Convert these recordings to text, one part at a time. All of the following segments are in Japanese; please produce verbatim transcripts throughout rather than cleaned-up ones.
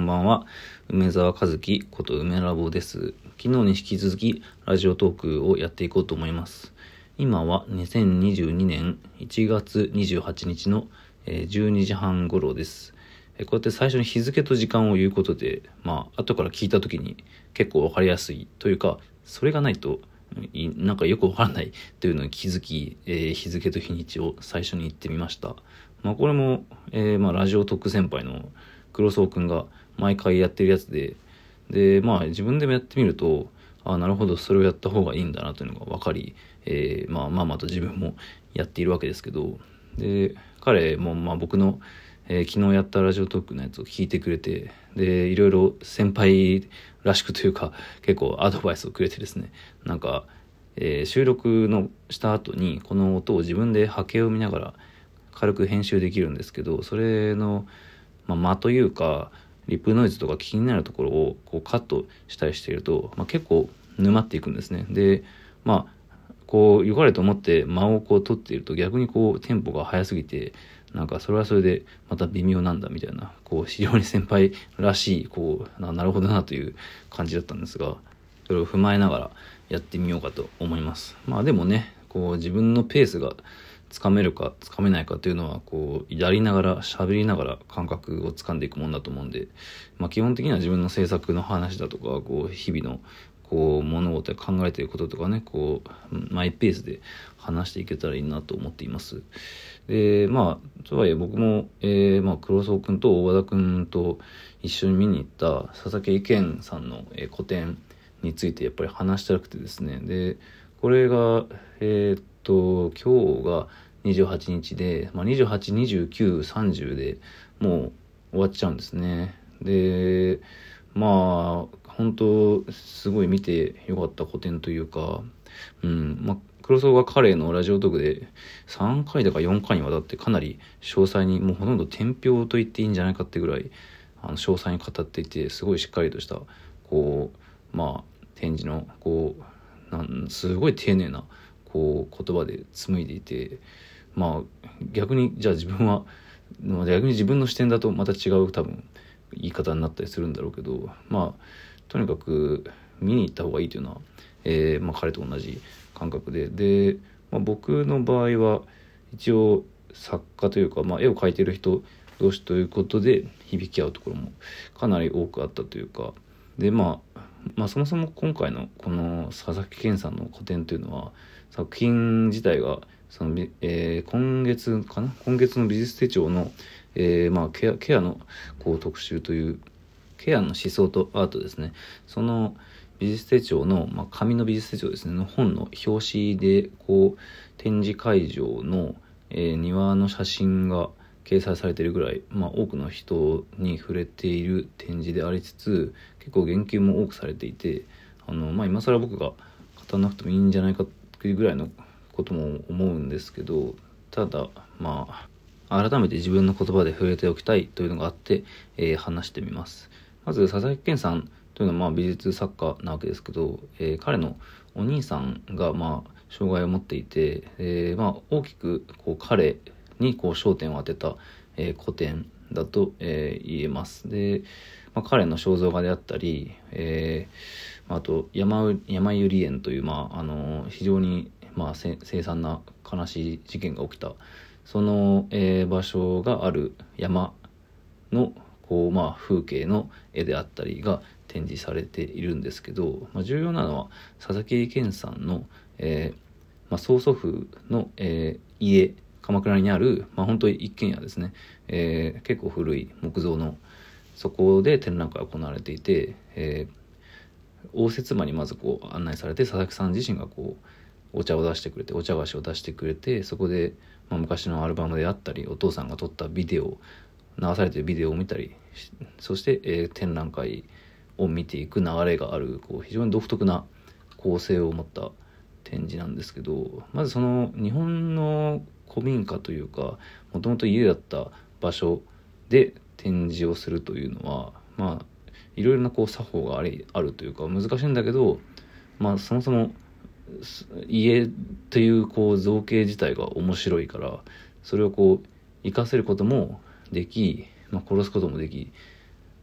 んばんは。梅沢和樹こと梅ラボです。昨日に引き続きラジオトークをやっていこうと思います。今はにせんにじゅうにねんいちがつにじゅうはちにちのじゅうにじはん頃です。こうやって最初に日付と時間を言うことで、まあ後から聞いた時に結構わかりやすいというか、それがないとなんかよくわからないというのに気づき、えー、日付と日にちを最初に言ってみました。まあこれも、えー、まあラジオトーク先輩の黒荘くんが毎回やってるやつで、でまあ自分でもやってみると、あなるほどそれをやった方がいいんだなというのが分かり、えー、まあまあまた自分もやっているわけですけど、で彼もまあ僕の、えー、昨日やったラジオトークのやつを聞いてくれて、でいろいろ先輩らしくというか結構アドバイスをくれてですね、なんか、えー、収録のした後にこの音を自分で波形を見ながら軽く編集できるんですけど、それの、まあ、間というかリップノイズとか気になるところをこうカットしたりしていると、まあ、結構沼っていくんですね。でまあこう良かれと思って間をこう取っていると逆にこうテンポが速すぎて、なんかそれはそれでまた微妙なんだみたいな、こう非常に先輩らしいこう な, なるほどなという感じだったんですが、それを踏まえながらやってみようかと思います。まあでもね、こう自分のペースがつかめるかつかめないかというのはこうやりながら喋りながら感覚をつかんでいくもんだと思うんで、まあ、基本的には自分の制作の話だとかこう日々のこう物事で考えていることとかね、こうマイペースで話していけたらいいなと思っています。でまあとはいえ僕も、えー、まあ黒荘くんと大和田くんと一緒に見に行った佐々木健さんの、えー、個展についてやっぱり話したくてですね、でこれがえー、っと今日がにじゅうはちにちで、まあ、にじゅうはち、にじゅうきゅう、さんじゅうでもう終わっちゃうんですね。でまあ本当すごい見てよかった個展というか、うんまあ黒荘が彼のラジオトークでさんかいだかよんかいにわたってかなり詳細に、もうほとんど天評と言っていいんじゃないかってぐらいあの詳細に語っていて、すごいしっかりとしたこうまあ展示のこうなんすごい丁寧なこう言葉で紡いでいて、まあ逆にじゃあ自分は逆に自分の視点だとまた違う多分言い方になったりするんだろうけど、まあとにかく見に行った方がいいというのは、えーまあ、彼と同じ感覚で、で、まあ、僕の場合は一応作家というか、まあ、絵を描いてる人同士ということで響き合うところもかなり多くあったというか、でまあまあそもそも今回のこの佐々木健さんの個展というのは作品自体がその、えー、今月かな今月の美術手帳の、えーまあ、ケア、ケアのこう特集というケアの思想とアートですね、その美術手帳の、まあ、紙の美術手帳ですねの本の表紙でこう展示会場の、えー、庭の写真が掲載されているぐらい、まあ、多くの人に触れている展示でありつつ、結構言及も多くされていて、あの、まあ、今更僕が語らなくてもいいんじゃないかっていうぐらいのことも思うんですけど、ただまあ改めて自分の言葉で触れておきたいというのがあって、えー、話してみます。まず佐々木健さんというのはまあ美術作家なわけですけど、えー、彼のお兄さんがまあ障害を持っていて、えー、まあ大きくこう彼にこう焦点を当てた、えー、個展だと、えー、言えます。で、まあ、彼の肖像画であったり、えー、あと山山百合園という、まああのー、非常に、まあ、凄惨な悲しい事件が起きたその、えー、場所がある山のこう、まあ、風景の絵であったりが展示されているんですけど、まあ、重要なのは佐々木健さんの、えーまあ、曽祖父の、えー、家鎌倉にある、まあ、本当に一軒家ですね、えー、結構古い木造のそこで展覧会が行われていて、えー、応接間にまずこう案内されて佐々木さん自身がこうお茶を出してくれてお茶菓子を出してくれて、そこで、まあ、昔のアルバムであったりお父さんが撮ったビデオ流されているビデオを見たり、そして、えー、展覧会を見ていく流れがあるこう非常に独特な構成を持った展示なんですけど、まずその日本の古民家というかもともと家だった場所で展示をするというのは、まあいろいろなこう作法がありあるというか難しいんだけど、まあそもそも家というこう造形自体が面白いから、それをこう活かせることもでき、まあ、殺すこともでき、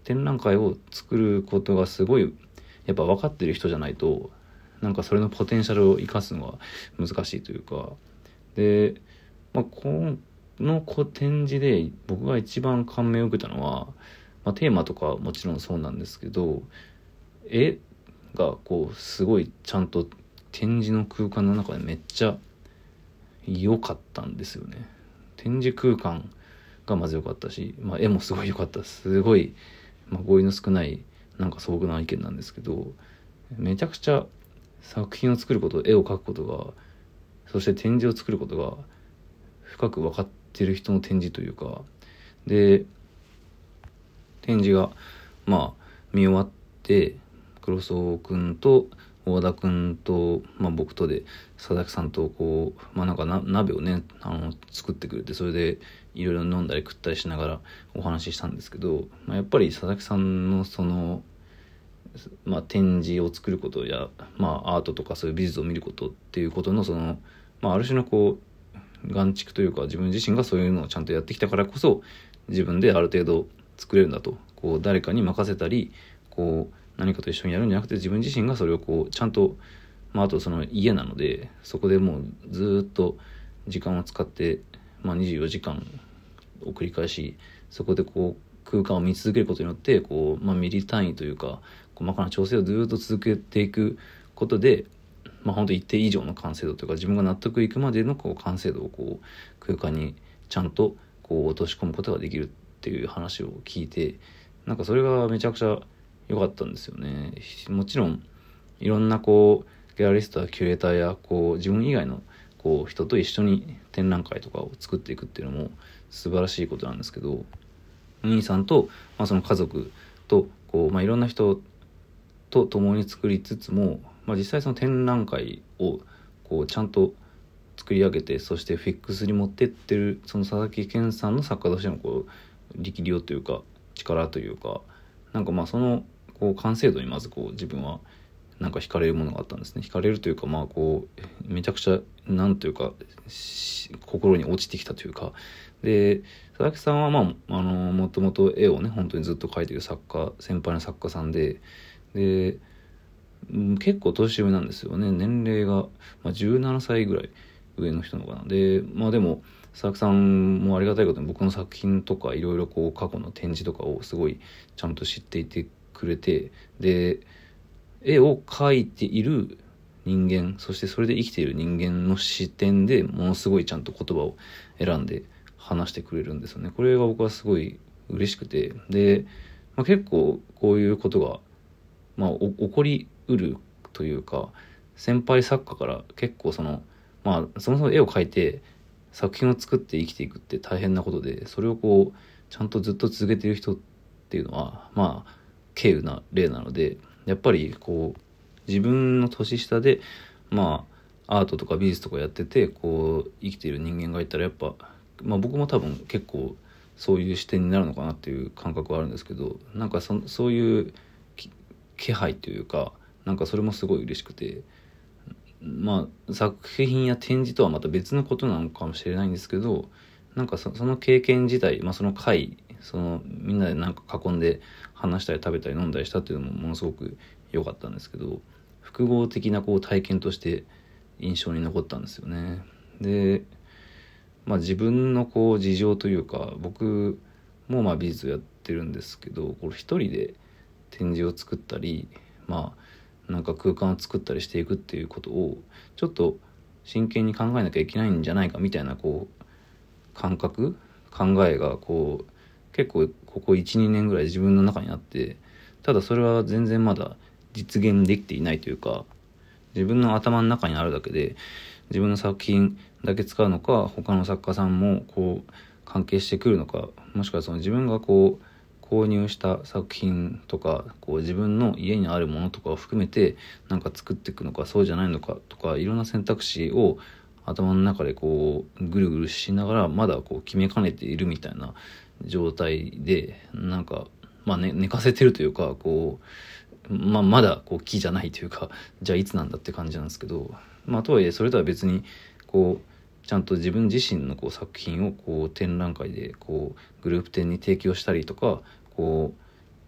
展覧会を作ることがすごいやっぱ分かってる人じゃないとなんかそれのポテンシャルを生かすのは難しいというかで、まあ、この展示で僕が一番感銘を受けたのは、まあ、テーマとかもちろんそうなんですけど絵がこうすごいちゃんと展示の空間の中でめっちゃ良かったんですよね。展示空間がまず良かったし、まあ、絵もすごい良かった。すごい、まあ、語彙の少ないなんか素朴な意見なんですけどめちゃくちゃ作品を作ること絵を描くことがそして展示を作ることが深く分かってる人の展示というかで展示がまあ見終わって黒荘くんと大和田くんと、まあ、僕とで佐々木さんとこう、まあ、なんかな鍋をねあの作ってくれてそれでいろいろ飲んだり食ったりしながらお話ししたんですけど、まあ、やっぱり佐々木さんのその、まあ、展示を作ることや、まあ、アートとかそういう美術を見ることっていうことのその、まあ、ある種のこう眼蓄というか自分自身がそういうのをちゃんとやってきたからこそ自分である程度作れるんだとこう誰かに任せたりこう何かと一緒にやるんじゃなくて自分自身がそれをこうちゃんと、まあ、あとその家なのでそこでもうずっと時間を使って、まあ、にじゅうよじかんを繰り返しそこでこう空間を見続けることによってこう、まあ、ミリ単位というか細かな調整をずっと続けていくことで、まあ、本当一定以上の完成度というか自分が納得いくまでのこう完成度をこう空間にちゃんとこう落とし込むことができるっていう話を聞いてなんかそれがめちゃくちゃ良かったんですよね。もちろんいろんなこうギャラリストやキュレーターやこう自分以外のこう人と一緒に展覧会とかを作っていくっていうのも素晴らしいことなんですけどお兄さんと、まあ、その家族とこう、まあ、いろんな人と共に作りつつも、まあ、実際その展覧会をこうちゃんと作り上げてそしてフィックスに持ってってるその佐々木健さんの作家としてのこう力量というか力というかなんかまあそのこう完成度にまずこう自分はなんか惹かれるものがあったんですね。惹かれるというかまあこうめちゃくちゃなんというか心に落ちてきたというかで佐々木さんはまああのもともと絵をね本当にずっと描いている作家先輩の作家さんでで結構年上なんですよね。年齢が、まあ、じゅうななさいぐらい上の人のかなでまあでも佐々木さんもありがたいことに僕の作品とかいろいろこう過去の展示とかをすごいちゃんと知っていてくれてで絵を描いている人間そしてそれで生きている人間の視点でものすごいちゃんと言葉を選んで話してくれるんですよね。これが僕はすごい嬉しくてで、まあ、結構こういうことが、まあ、起こりうるというか先輩作家から結構そのまあそもそも絵を描いて作品を作って生きていくって大変なことでそれをこうちゃんとずっと続けている人っていうのはまあ稀有な例なのでやっぱりこう自分の年下でまあアートとか美術とかやっててこう生きている人間がいたらやっぱまあ僕も多分結構そういう視点になるのかなっていう感覚はあるんですけどなんか そ, そういう気配というかなんかそれもすごい嬉しくてまあ作品や展示とはまた別のことなのかもしれないんですけどなんか そ, その経験自体、まあ、その会そのみんなでなんか囲んで話したり食べたり飲んだりしたっていうのもものすごく良かったんですけど複合的なこう体験として印象に残ったんですよね。で、まあ、自分のこう事情というか僕もまあ美術をやってるんですけどこれ一人で展示を作ったりまあなんか空間を作ったりしていくっていうことをちょっと真剣に考えなきゃいけないんじゃないかみたいなこう感覚考えがこう結構ここ いちにねんぐらい自分の中にあってただそれは全然まだ実現できていないというか自分の頭の中にあるだけで自分の作品だけ使うのか他の作家さんもこう関係してくるのかもしくはその自分がこう購入した作品とかこう自分の家にあるものとかを含めてなんか作っていくのかそうじゃないのかとかいろんな選択肢を頭の中でこうぐるぐるしながらまだこう決めかねているみたいな状態でなんかまあ、ね、寝かせてるというかこう、まあ、まだこう木じゃないというかじゃあいつなんだって感じなんですけどまあとはいえそれとは別にこうちゃんと自分自身のこう作品をこう展覧会でこうグループ展に提供したりとかこ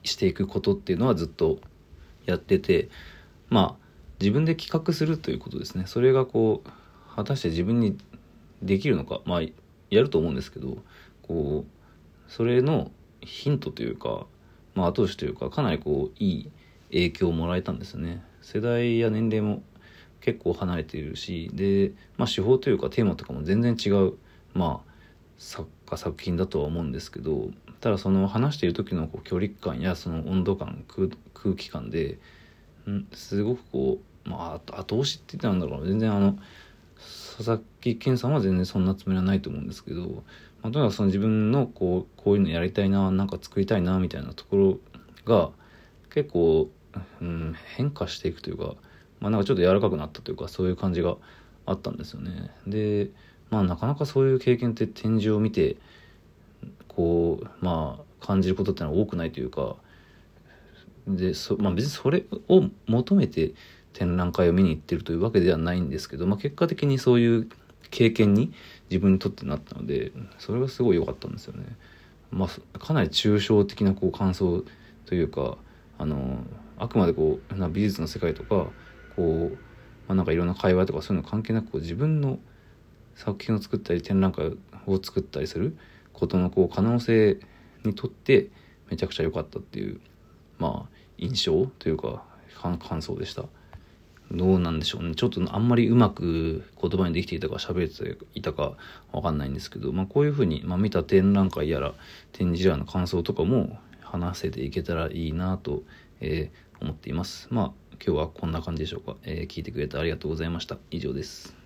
していくことっていうのはずっとやってて、まあ自分で企画するということですね。それがこう果たして自分にできるのか、まあやると思うんですけど、こうそれのヒントというか、まあ、後押しというか、かなりこういい影響をもらえたんですよね。世代や年齢も結構離れているし、で、まあ、手法というかテーマとかも全然違う、まあ、作家作品だとは思うんですけど、ただその話している時のこう距離感やその温度感、 空, 空気感ですごくこう、まあ、後押しって言ったんだろう、全然あの佐々木健さんは全然そんなつもりはないと思うんですけど、まあ、とにかくその自分のこうこういうのやりたいな、なんか作りたいなみたいなところが結構、うん、変化していくというか、まあ、なんかちょっと柔らかくなったというか、そういう感じがあったんですよね。で、まあなかなかそういう経験って展示を見てこうまあ感じることってのは多くないというか、でそ、まあ、別にそれを求めて展覧会を見に行ってるというわけではないんですけど、まあ、結果的にそういう経験に自分にとってなったので、それがすごい良かったんですよね。まあ、かなり抽象的なこう感想というか、あのあくまでこうな美術の世界とかこう、まあ、なんかいろんな会話とかそういうの関係なく、こう自分の作品を作ったり展覧会を作ったりすることのこう可能性にとってめちゃくちゃ良かったっていう、まあ印象というか感想でした。どうなんでしょうね。ちょっとあんまりうまく言葉にできていたか喋れていたかわかんないんですけど、まあこういうふうに、まあ、見た展覧会やら展示やらの感想とかも話せていけたらいいなと、えー、思っています。まあ今日はこんな感じでしょうか。えー、聞いてくれてありがとうございました。以上です。